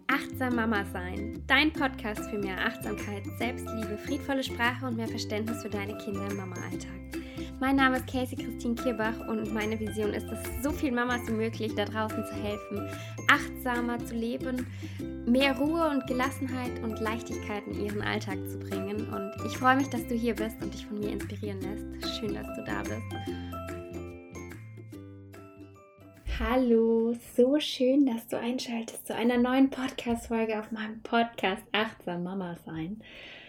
Achtsam Mama sein, dein Podcast für mehr Achtsamkeit, Selbstliebe, friedvolle Sprache und mehr Verständnis für deine Kinder im Mama-Alltag. Mein Name ist Casey Christine Kierbach und meine Vision ist es, so vielen Mamas wie möglich da draußen zu helfen, achtsamer zu leben, mehr Ruhe und Gelassenheit und Leichtigkeit in ihren Alltag zu bringen. Und ich freue mich, dass du hier bist und dich von mir inspirieren lässt. Schön, dass du da bist. Hallo, so schön, dass du einschaltest zu einer neuen Podcast-Folge auf meinem Podcast Achtsam Mama sein.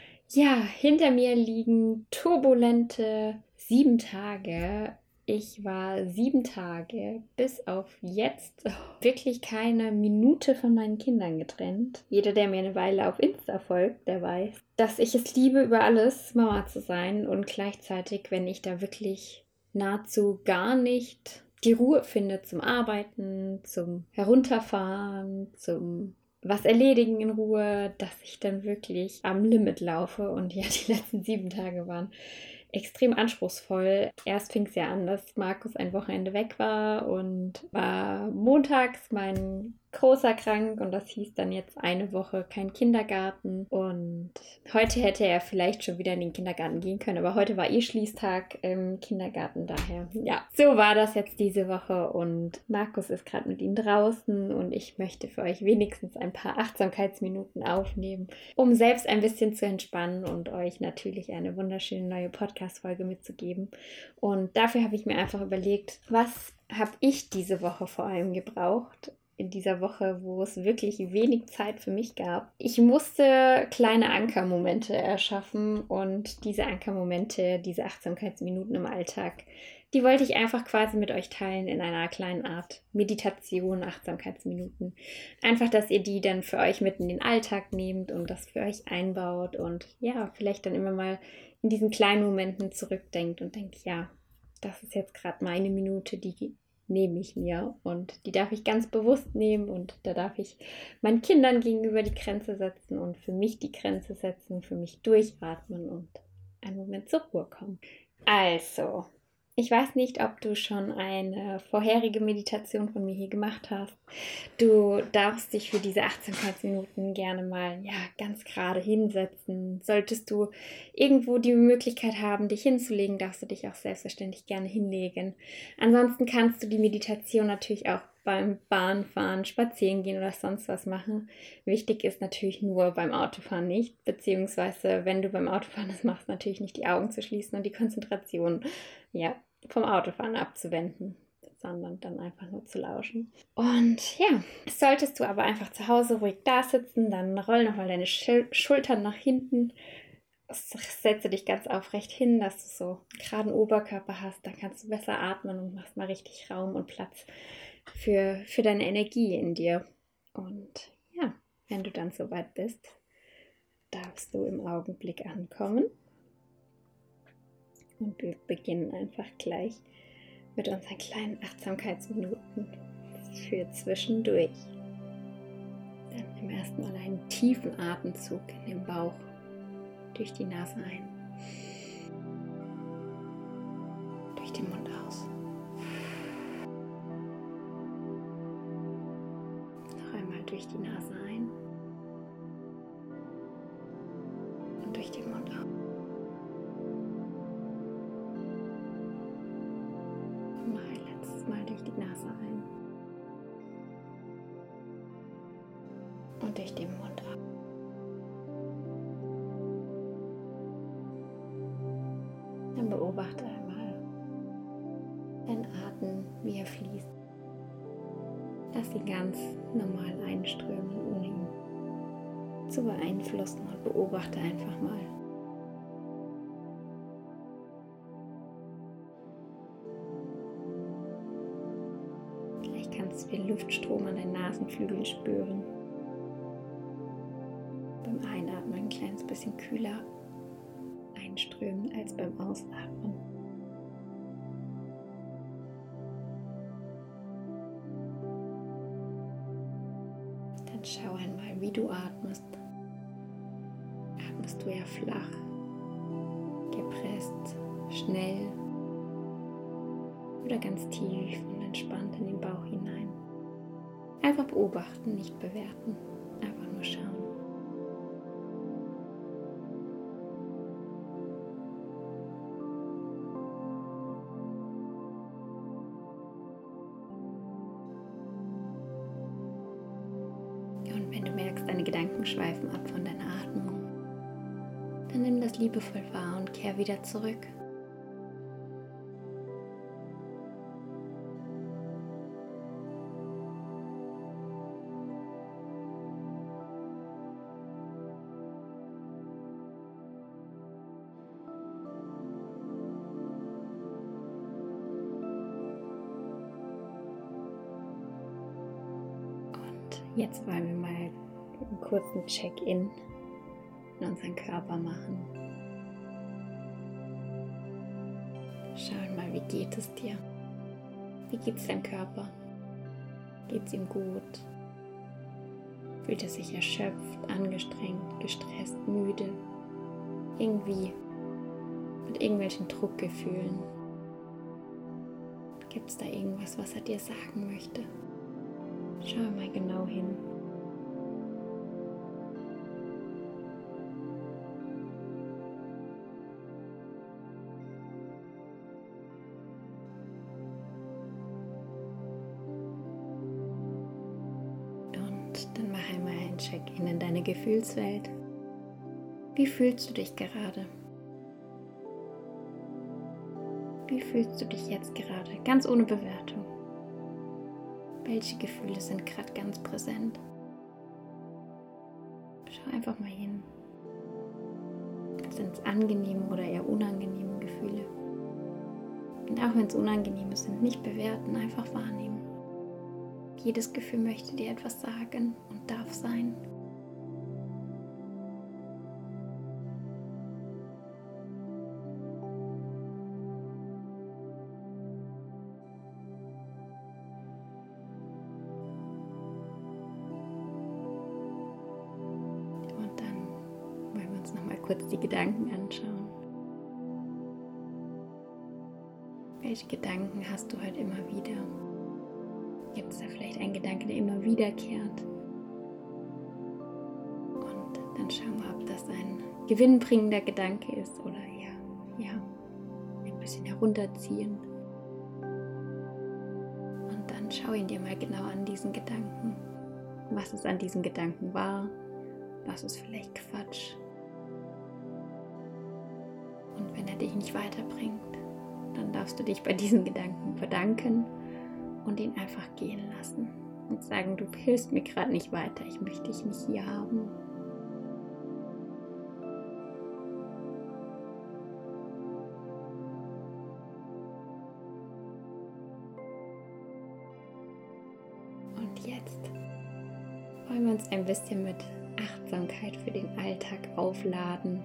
Ja, hinter mir liegen turbulente 7 Tage. Ich war 7 Tage bis auf jetzt wirklich keine Minute von meinen Kindern getrennt. Jeder, der mir eine Weile auf Insta folgt, der weiß, dass ich es liebe, über alles Mama zu sein und gleichzeitig, wenn ich da wirklich nahezu gar nicht die Ruhe finde zum Arbeiten, zum Herunterfahren, zum was erledigen in Ruhe, dass ich dann wirklich am Limit laufe. Und ja, die letzten 7 Tage waren extrem anspruchsvoll. Erst fing es ja an, dass Markus ein Wochenende weg war und war montags mein Großer krank und das hieß dann jetzt eine Woche kein Kindergarten und heute hätte er vielleicht schon wieder in den Kindergarten gehen können, aber heute war Schließtag im Kindergarten, daher ja, so war das jetzt diese Woche und Markus ist gerade mit ihm draußen und ich möchte für euch wenigstens ein paar Achtsamkeitsminuten aufnehmen, um selbst ein bisschen zu entspannen und euch natürlich eine wunderschöne neue Podcast-Folge mitzugeben und dafür habe ich mir einfach überlegt, was habe ich diese Woche vor allem gebraucht? In dieser Woche, wo es wirklich wenig Zeit für mich gab. Ich musste kleine Ankermomente erschaffen und diese Ankermomente, diese Achtsamkeitsminuten im Alltag, die wollte ich einfach quasi mit euch teilen in einer kleinen Art Meditation, Achtsamkeitsminuten. Einfach, dass ihr die dann für euch mit in den Alltag nehmt und das für euch einbaut und ja, vielleicht dann immer mal in diesen kleinen Momenten zurückdenkt und denkt, ja, das ist jetzt gerade meine Minute, die nehme ich mir und die darf ich ganz bewusst nehmen und da darf ich meinen Kindern gegenüber die Grenze setzen und für mich die Grenze setzen, für mich durchatmen und einen Moment zur Ruhe kommen. Also, ich weiß nicht, ob du schon eine vorherige Meditation von mir hier gemacht hast. Du darfst dich für diese Achtsamkeitsminuten gerne mal ganz gerade hinsetzen. Solltest du irgendwo die Möglichkeit haben, dich hinzulegen, darfst du dich auch selbstverständlich gerne hinlegen. Ansonsten kannst du die Meditation natürlich auch beim Bahnfahren, Spazieren gehen oder sonst was machen. Wichtig ist natürlich nur beim Autofahren nicht, beziehungsweise wenn du beim Autofahren das machst, natürlich nicht die Augen zu schließen und die Konzentration vom Autofahren abzuwenden, sondern dann einfach nur zu lauschen. Und ja, solltest du aber einfach zu Hause ruhig da sitzen, dann roll nochmal deine Schultern nach hinten, setze dich ganz aufrecht hin, dass du so einen geraden Oberkörper hast, dann kannst du besser atmen und machst mal richtig Raum und Platz für deine Energie in dir. Und ja, wenn du dann soweit bist, darfst du im Augenblick ankommen. Und wir beginnen einfach gleich mit unseren kleinen Achtsamkeitsminuten für zwischendurch. Dann nimm erstmal einen tiefen Atemzug in den Bauch durch die Nase ein, durch den Mund aus. Noch einmal durch die Nase ein und durch den Mund aus. Mal durch die Nase ein und durch den Mund aus. Dann beobachte einmal deinen Atem, wie er fließt. Lass ihn ganz normal einströmen, ohne ihn zu beeinflussen und beobachte einfach mal. Kannst du den Luftstrom an deinen Nasenflügeln spüren. Beim Einatmen ein kleines bisschen kühler einströmen als beim Ausatmen. Dann schau einmal, wie du atmest. Atmest du ja flach, gepresst, schnell oder ganz tief und entspannt in den Bauch hinein. Einfach beobachten, nicht bewerten. Einfach nur schauen. Und wenn du merkst, deine Gedanken schweifen ab von deiner Atmung, dann nimm das liebevoll wahr und kehr wieder zurück. Jetzt wollen wir mal einen kurzen Check-in in unseren Körper machen. Schauen mal, wie geht es dir? Wie geht es deinem Körper? Geht es ihm gut? Fühlt er sich erschöpft, angestrengt, gestresst, müde? Irgendwie mit irgendwelchen Druckgefühlen? Gibt es da irgendwas, was er dir sagen möchte? Schau mal genau hin. Und dann mach einmal ein Check-in in deine Gefühlswelt. Wie fühlst du dich gerade? Wie fühlst du dich jetzt gerade? Ganz ohne Bewertung. Welche Gefühle sind gerade ganz präsent? Schau einfach mal hin. Sind es angenehme oder eher unangenehme Gefühle? Und auch wenn es unangenehme sind, nicht bewerten, einfach wahrnehmen. Jedes Gefühl möchte dir etwas sagen und darf sein. Kurz die Gedanken anschauen. Welche Gedanken hast du heute immer wieder? Gibt es da vielleicht einen Gedanke, der immer wiederkehrt? Und dann schauen wir, ob das ein gewinnbringender Gedanke ist oder eher ein bisschen herunterziehend. Und dann schau ihn dir mal genau an, diesen Gedanken. Was es an diesem Gedanken war, was ist vielleicht Quatsch. Und wenn er dich nicht weiterbringt, dann darfst du dich bei diesem Gedanken bedanken und ihn einfach gehen lassen und sagen, du hilfst mir gerade nicht weiter, ich möchte dich nicht hier haben. Und jetzt wollen wir uns ein bisschen mit Achtsamkeit für den Alltag aufladen.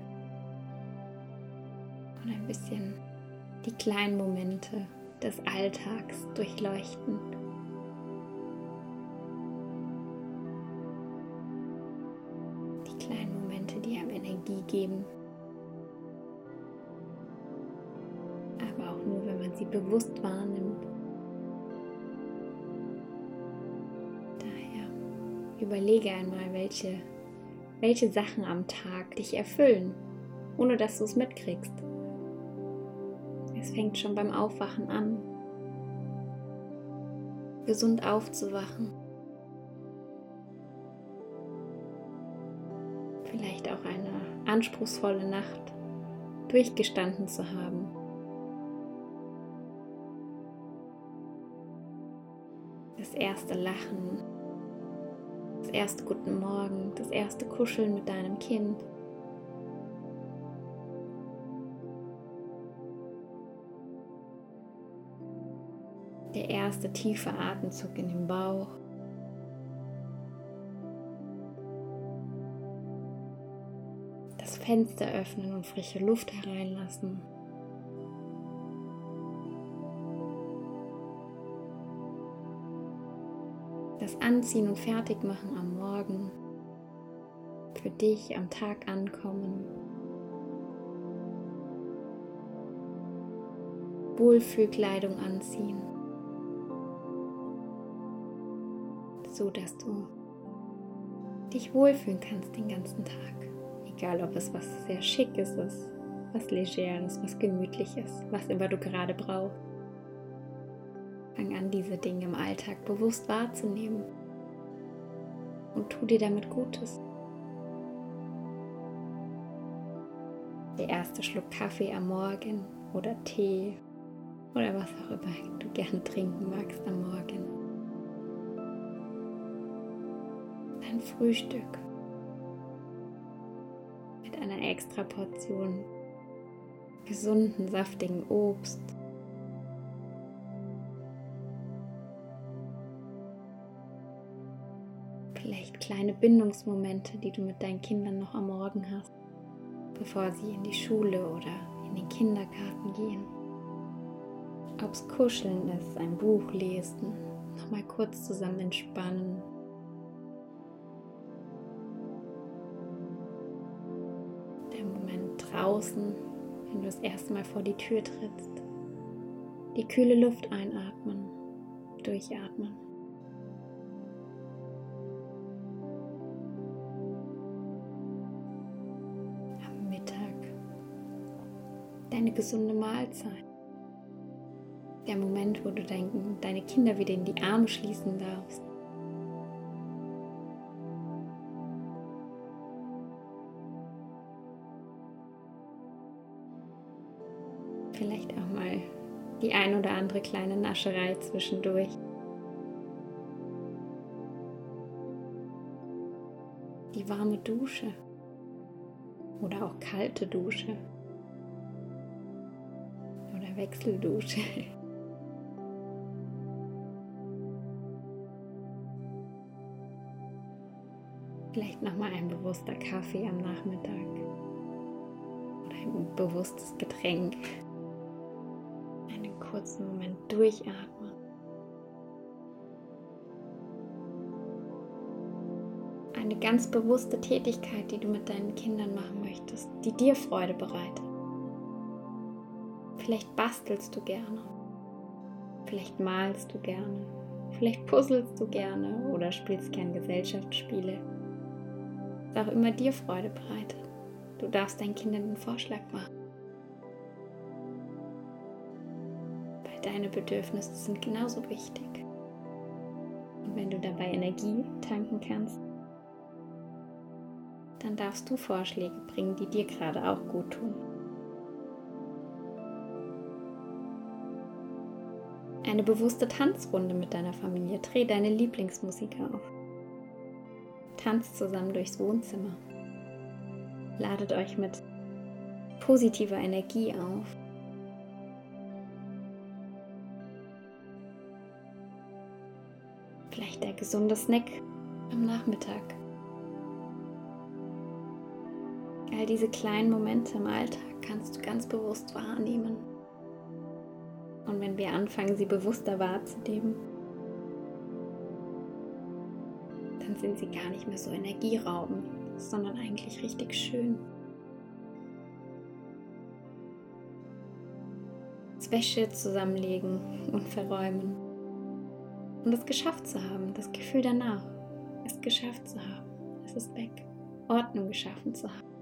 Und ein bisschen die kleinen Momente des Alltags durchleuchten. Die kleinen Momente, die einem Energie geben. Aber auch nur, wenn man sie bewusst wahrnimmt. Daher überlege einmal, welche Sachen am Tag dich erfüllen, ohne dass du es mitkriegst. Es fängt schon beim Aufwachen an. Gesund aufzuwachen. Vielleicht auch eine anspruchsvolle Nacht durchgestanden zu haben. Das erste Lachen, das erste Guten Morgen, das erste Kuscheln mit deinem Kind. Der erste tiefe Atemzug in den Bauch. Das Fenster öffnen und frische Luft hereinlassen. Das Anziehen und Fertigmachen am Morgen. Für dich am Tag ankommen. Wohlfühlkleidung anziehen. So dass du dich wohlfühlen kannst den ganzen Tag. Egal, ob es was sehr Schickes ist, was Legeres, was Gemütliches, was immer du gerade brauchst. Fang an, diese Dinge im Alltag bewusst wahrzunehmen und tu dir damit Gutes. Der erste Schluck Kaffee am Morgen oder Tee oder was auch immer du gerne trinken magst am Morgen. Dein Frühstück mit einer extra Portion gesunden, saftigen Obst. Vielleicht kleine Bindungsmomente, die du mit deinen Kindern noch am Morgen hast, bevor sie in die Schule oder in den Kindergarten gehen. Ob es Kuscheln ist, ein Buch lesen, nochmal kurz zusammen entspannen. Der Moment draußen, wenn du das erste Mal vor die Tür trittst. Die kühle Luft einatmen, durchatmen. Am Mittag deine gesunde Mahlzeit. Der Moment, wo du deine Kinder wieder in die Arme schließen darfst. Vielleicht auch mal die ein oder andere kleine Nascherei zwischendurch. Die warme Dusche oder auch kalte Dusche oder Wechseldusche. Vielleicht nochmal ein bewusster Kaffee am Nachmittag oder ein bewusstes Getränk. Einen kurzen Moment durchatmen. Eine ganz bewusste Tätigkeit, die du mit deinen Kindern machen möchtest, die dir Freude bereitet. Vielleicht bastelst du gerne, vielleicht malst du gerne, vielleicht puzzelst du gerne oder spielst gern Gesellschaftsspiele. Was auch immer dir Freude bereitet. Du darfst deinen Kindern den Vorschlag machen. Weil deine Bedürfnisse sind genauso wichtig. Und wenn du dabei Energie tanken kannst, dann darfst du Vorschläge bringen, die dir gerade auch gut tun. Eine bewusste Tanzrunde mit deiner Familie. Dreh deine Lieblingsmusik auf. Tanzt zusammen durchs Wohnzimmer. Ladet euch mit positiver Energie auf. Vielleicht der gesunde Snack am Nachmittag. All diese kleinen Momente im Alltag kannst du ganz bewusst wahrnehmen. Und wenn wir anfangen, sie bewusster wahrzunehmen, dann sind sie gar nicht mehr so energieraubend, sondern eigentlich richtig schön. Das Wäsche zusammenlegen und verräumen. Und es geschafft zu haben, das Gefühl danach, es geschafft zu haben, es ist weg, Ordnung geschaffen zu haben.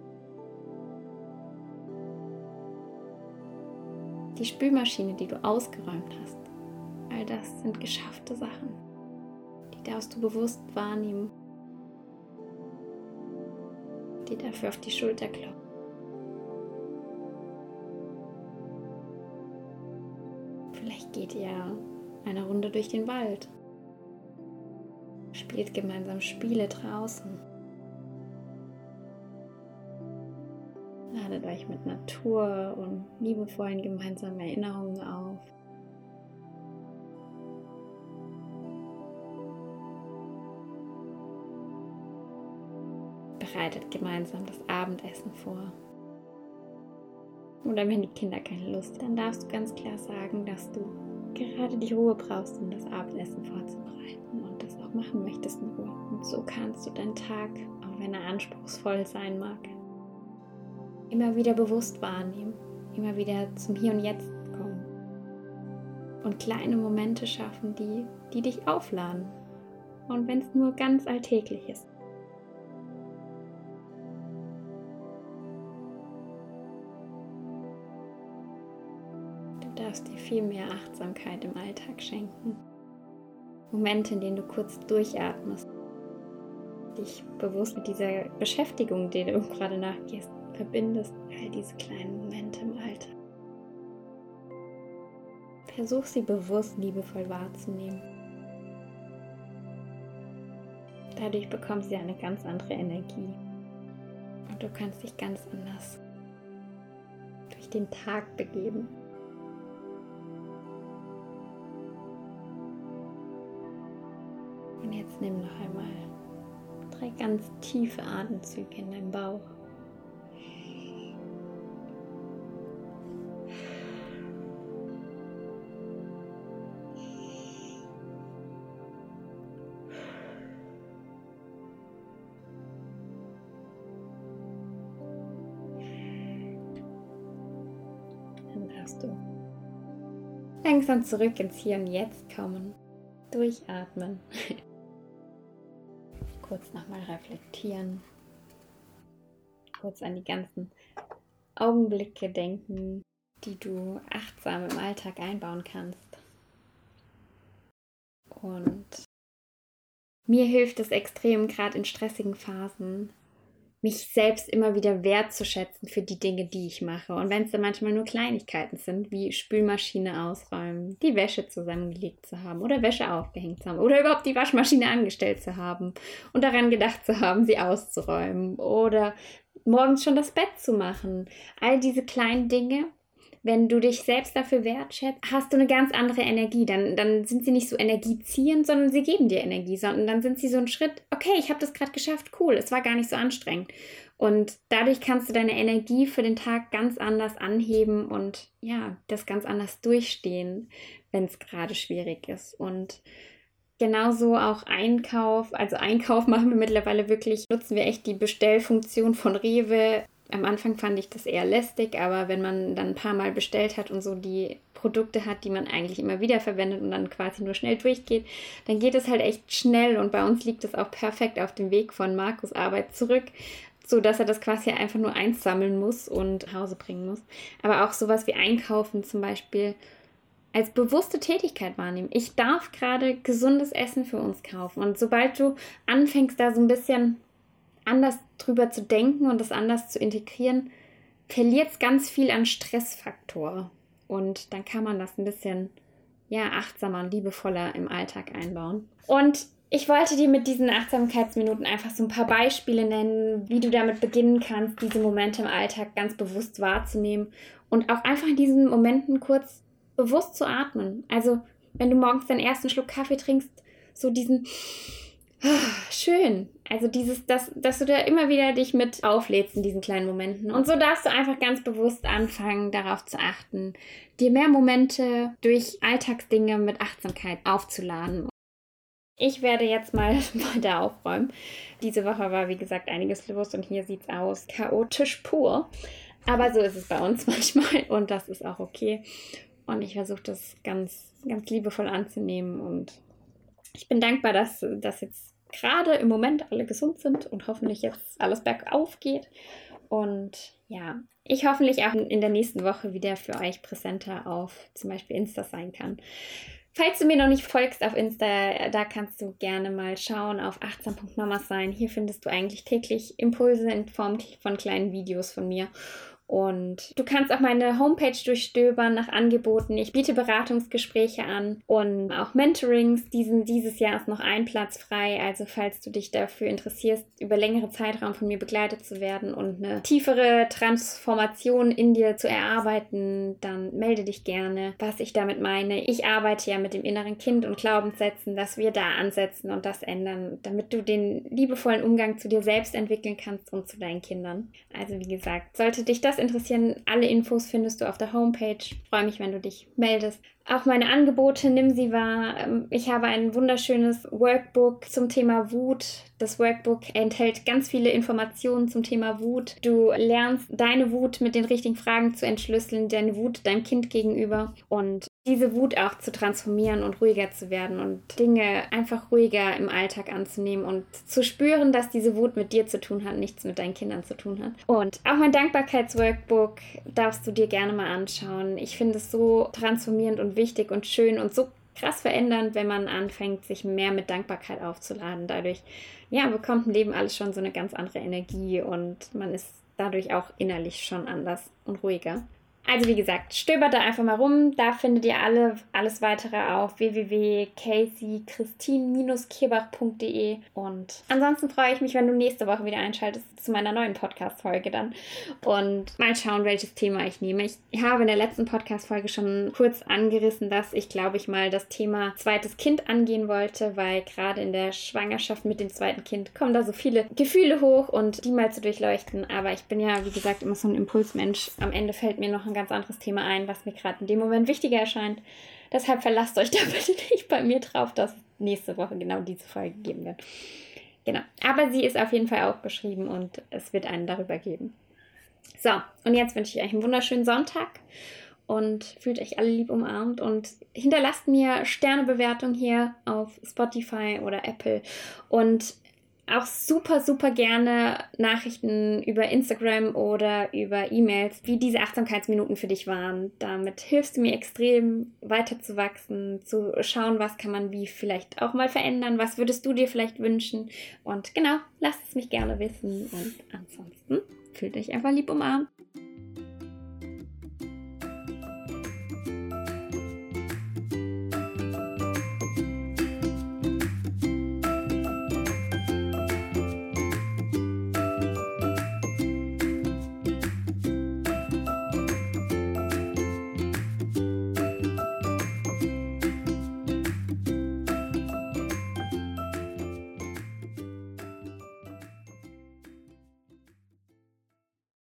Die Spülmaschine, die du ausgeräumt hast, all das sind geschaffte Sachen. Die darfst du bewusst wahrnehmen, die dafür auf die Schulter klopfen. Vielleicht geht ihr eine Runde durch den Wald, spielt gemeinsam Spiele draußen, ladet euch mit Natur und liebevollen gemeinsamen Erinnerungen auf. Bereitet gemeinsam das Abendessen vor. Oder wenn die Kinder keine Lust haben, dann darfst du ganz klar sagen, dass du gerade die Ruhe brauchst, um das Abendessen vorzubereiten und das auch machen möchtest in Ruhe. Und so kannst du deinen Tag, auch wenn er anspruchsvoll sein mag, immer wieder bewusst wahrnehmen, immer wieder zum Hier und Jetzt kommen und kleine Momente schaffen, die dich aufladen. Und wenn es nur ganz alltäglich ist. darfst dir viel mehr Achtsamkeit im Alltag schenken. Momente, in denen du kurz durchatmest, dich bewusst mit dieser Beschäftigung, die du gerade nachgehst, verbindest, all diese kleinen Momente im Alltag. Versuch sie bewusst liebevoll wahrzunehmen. Dadurch bekommt sie eine ganz andere Energie. Und du kannst dich ganz anders durch den Tag begeben. Und jetzt nimm noch einmal 3 ganz tiefe Atemzüge in deinem Bauch. Dann darfst du langsam zurück ins Hier und Jetzt kommen. Durchatmen. Kurz nochmal reflektieren. Kurz an die ganzen Augenblicke denken, die du achtsam im Alltag einbauen kannst. Und mir hilft es extrem, gerade in stressigen Phasen, mich selbst immer wieder wertzuschätzen für die Dinge, die ich mache. Und wenn es dann manchmal nur Kleinigkeiten sind, wie Spülmaschine ausräumen, die Wäsche zusammengelegt zu haben oder Wäsche aufgehängt zu haben oder überhaupt die Waschmaschine angestellt zu haben und daran gedacht zu haben, sie auszuräumen oder morgens schon das Bett zu machen. All diese kleinen Dinge, wenn du dich selbst dafür wertschätzt, hast du eine ganz andere Energie. Dann sind sie nicht so energieziehend, sondern sie geben dir Energie. Sondern dann sind sie so ein Schritt, okay, ich habe das gerade geschafft, cool, es war gar nicht so anstrengend. Und dadurch kannst du deine Energie für den Tag ganz anders anheben und ja, das ganz anders durchstehen, wenn es gerade schwierig ist. Und genauso auch Einkauf. Also Einkauf machen wir mittlerweile wirklich, nutzen wir echt die Bestellfunktion von Rewe. Am Anfang fand ich das eher lästig, aber wenn man dann ein paar Mal bestellt hat und so die Produkte hat, die man eigentlich immer wieder verwendet und dann quasi nur schnell durchgeht, dann geht es halt echt schnell und bei uns liegt es auch perfekt auf dem Weg von Markus' Arbeit zurück, so dass er das quasi einfach nur einsammeln muss und nach Hause bringen muss. Aber auch sowas wie Einkaufen zum Beispiel als bewusste Tätigkeit wahrnehmen. Ich darf gerade gesundes Essen für uns kaufen und sobald du anfängst, da so ein bisschen anders drüber zu denken und das anders zu integrieren, verliert es ganz viel an Stressfaktor. Und dann kann man das ein bisschen achtsamer und liebevoller im Alltag einbauen. Und ich wollte dir mit diesen Achtsamkeitsminuten einfach so ein paar Beispiele nennen, wie du damit beginnen kannst, diese Momente im Alltag ganz bewusst wahrzunehmen und auch einfach in diesen Momenten kurz bewusst zu atmen. Also wenn du morgens deinen ersten Schluck Kaffee trinkst, so diesen schön. Also dass du da immer wieder dich mit auflädst in diesen kleinen Momenten. Und so darfst du einfach ganz bewusst anfangen, darauf zu achten, dir mehr Momente durch Alltagsdinge mit Achtsamkeit aufzuladen. Ich werde jetzt mal weiter aufräumen. Diese Woche war, wie gesagt, einiges los und hier sieht es aus chaotisch pur. Aber so ist es bei uns manchmal und das ist auch okay. Und ich versuche das ganz, ganz liebevoll anzunehmen und ich bin dankbar, dass jetzt gerade im Moment alle gesund sind und hoffentlich jetzt alles bergauf geht. Und ja, ich hoffentlich auch in der nächsten Woche wieder für euch präsenter auf zum Beispiel Insta sein kann. Falls du mir noch nicht folgst auf Insta, da kannst du gerne mal schauen auf achtsam.mamas sein. Hier findest du eigentlich täglich Impulse in Form von kleinen Videos von mir. Und du kannst auch meine Homepage durchstöbern nach Angeboten. Ich biete Beratungsgespräche an und auch Mentorings. Dieses Jahr ist noch ein Platz frei. Also falls du dich dafür interessierst, über längere Zeitraum von mir begleitet zu werden und eine tiefere Transformation in dir zu erarbeiten, dann melde dich gerne. Was ich damit meine, ich arbeite ja mit dem inneren Kind und Glaubenssätzen, dass wir da ansetzen und das ändern, damit du den liebevollen Umgang zu dir selbst entwickeln kannst und zu deinen Kindern. Also wie gesagt, sollte dich das interessieren, alle Infos findest du auf der Homepage. Ich freue mich, wenn du dich meldest. auch meine Angebote, nimm sie wahr. Ich habe ein wunderschönes Workbook zum Thema Wut. Das Workbook enthält ganz viele Informationen zum Thema Wut. Du lernst deine Wut mit den richtigen Fragen zu entschlüsseln, deine Wut deinem Kind gegenüber und diese Wut auch zu transformieren und ruhiger zu werden und Dinge einfach ruhiger im Alltag anzunehmen und zu spüren, dass diese Wut mit dir zu tun hat, nichts mit deinen Kindern zu tun hat. Und auch mein Dankbarkeitsworkbook darfst du dir gerne mal anschauen. Ich finde es so transformierend und wichtig und schön und so krass verändernd, wenn man anfängt, sich mehr mit Dankbarkeit aufzuladen. Dadurch, bekommt ein Leben alles schon so eine ganz andere Energie und man ist dadurch auch innerlich schon anders und ruhiger. Also wie gesagt, stöbert da einfach mal rum. Da findet ihr alles weitere auf www.caseychristin-kirbach.de. Und ansonsten freue ich mich, wenn du nächste Woche wieder einschaltest zu meiner neuen Podcast-Folge dann. Und mal schauen, welches Thema ich nehme. Ich habe in der letzten Podcast-Folge schon kurz angerissen, dass ich, glaube ich, mal das Thema zweites Kind angehen wollte, weil gerade in der Schwangerschaft mit dem zweiten Kind kommen da so viele Gefühle hoch und die mal zu durchleuchten. Aber ich bin ja, wie gesagt, immer so ein Impulsmensch. Am Ende fällt mir noch ein ganz anderes Thema ein, was mir gerade in dem Moment wichtiger erscheint. Deshalb verlasst euch da bitte nicht bei mir drauf, dass nächste Woche genau diese Folge geben wird. Genau, aber sie ist auf jeden Fall auch geschrieben und es wird einen darüber geben. So, und jetzt wünsche ich euch einen wunderschönen Sonntag und fühlt euch alle lieb umarmt und hinterlasst mir Sternebewertung hier auf Spotify oder Apple und auch super, super gerne Nachrichten über Instagram oder über E-Mails, wie diese Achtsamkeitsminuten für dich waren. Damit hilfst du mir extrem, weiterzuwachsen, zu schauen, was kann man wie vielleicht auch mal verändern, was würdest du dir vielleicht wünschen. Und genau, lasst es mich gerne wissen. Und ansonsten fühlt euch einfach lieb umarmt.